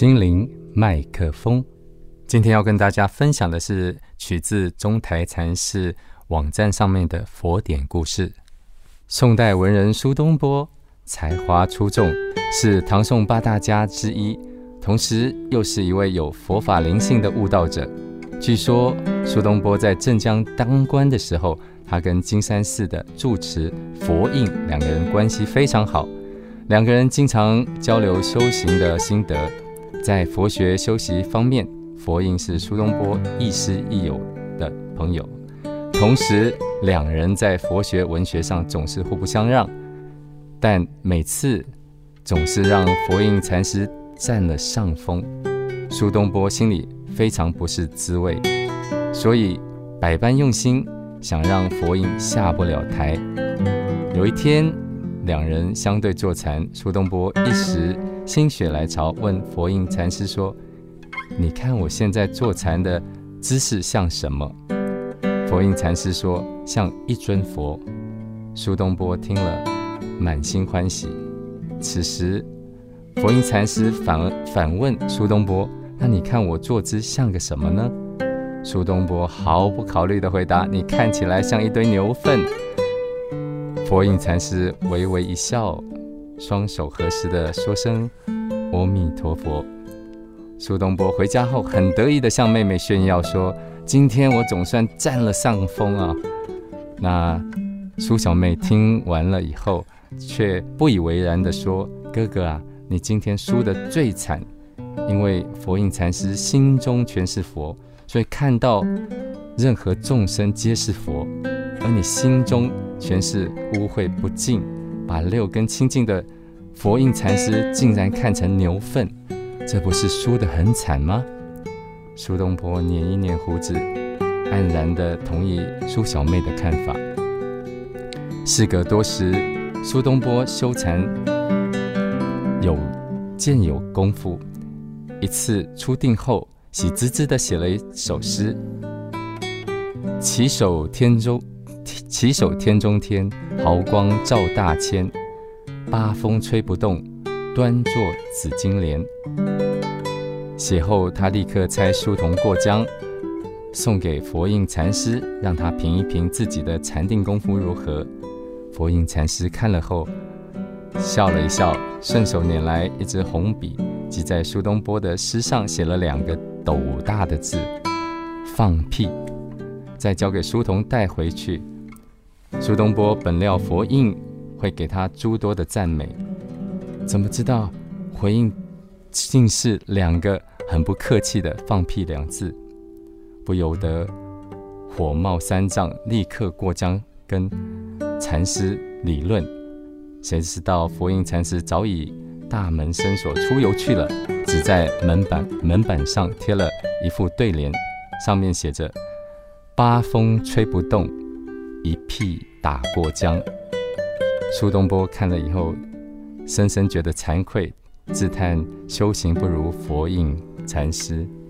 心灵麦克风。今天要跟大家分享的是取自中台禅寺网站上面的佛典故事。宋代文人苏东坡才华出众，是唐宋八大家之一，同时又是一位有佛法灵性的悟道者。据说苏东坡在镇江当官的时候，他跟金山寺的住持佛印两个人关系非常好，两个人经常交流修行的心得。在佛学修习方面，佛印是苏东坡亦师亦友的朋友，同时两人在佛学文学上总是互不相让，但每次总是让佛印禅师占了上风，苏东坡心里非常不是滋味，所以百般用心想让佛印下不了台。有一天两人相对坐禅，苏东坡一时心血来潮，问佛印禅师说：你看我现在坐禅的姿势像什么？佛印禅师说：像一尊佛。苏东坡听了满心欢喜。此时佛印禅师反问苏东坡：那你看我坐姿像个什么呢？苏东坡毫不考虑地回答：你看起来像一堆牛粪。佛印禅师微微一笑，双手合十地说声阿弥陀佛。苏东坡回家后很得意地向妹妹炫耀说：今天我总算占了上风啊。那苏小妹听完了以后却不以为然地说：哥哥啊，你今天输得最惨，因为佛印禅师心中全是佛，所以看到任何众生皆是佛，而你心中全是污秽不净，把六根清净的佛印禅师竟然看成牛粪，这不是输得很惨吗？苏东坡捻一捻胡子，黯然地同意苏小妹的看法。事隔多时，苏东坡修禅渐有功夫，一次出定后，喜滋滋地写了一首诗：起手天中天，毫光照大千，八风吹不动，端坐紫金莲。写后他立刻差书童过江，送给佛印禅师，让他评一评自己的禅定功夫如何。佛印禅师看了后笑了一笑，顺手拈来一支红笔，即在苏东坡的诗上写了2个斗大的字：放屁，再交给书童带回去。苏东坡本料佛印会给他诸多的赞美，怎么知道回应竟是2个很不客气的放屁2字，不由得火冒三丈，立刻过江跟禅师理论。谁知道佛印禅师早已大门深锁出游去了，只在门板上贴了一副对联，上面写着：八风吹不动，一屁打过江。苏东坡看了以后深深觉得惭愧，自叹修行不如佛印禅师。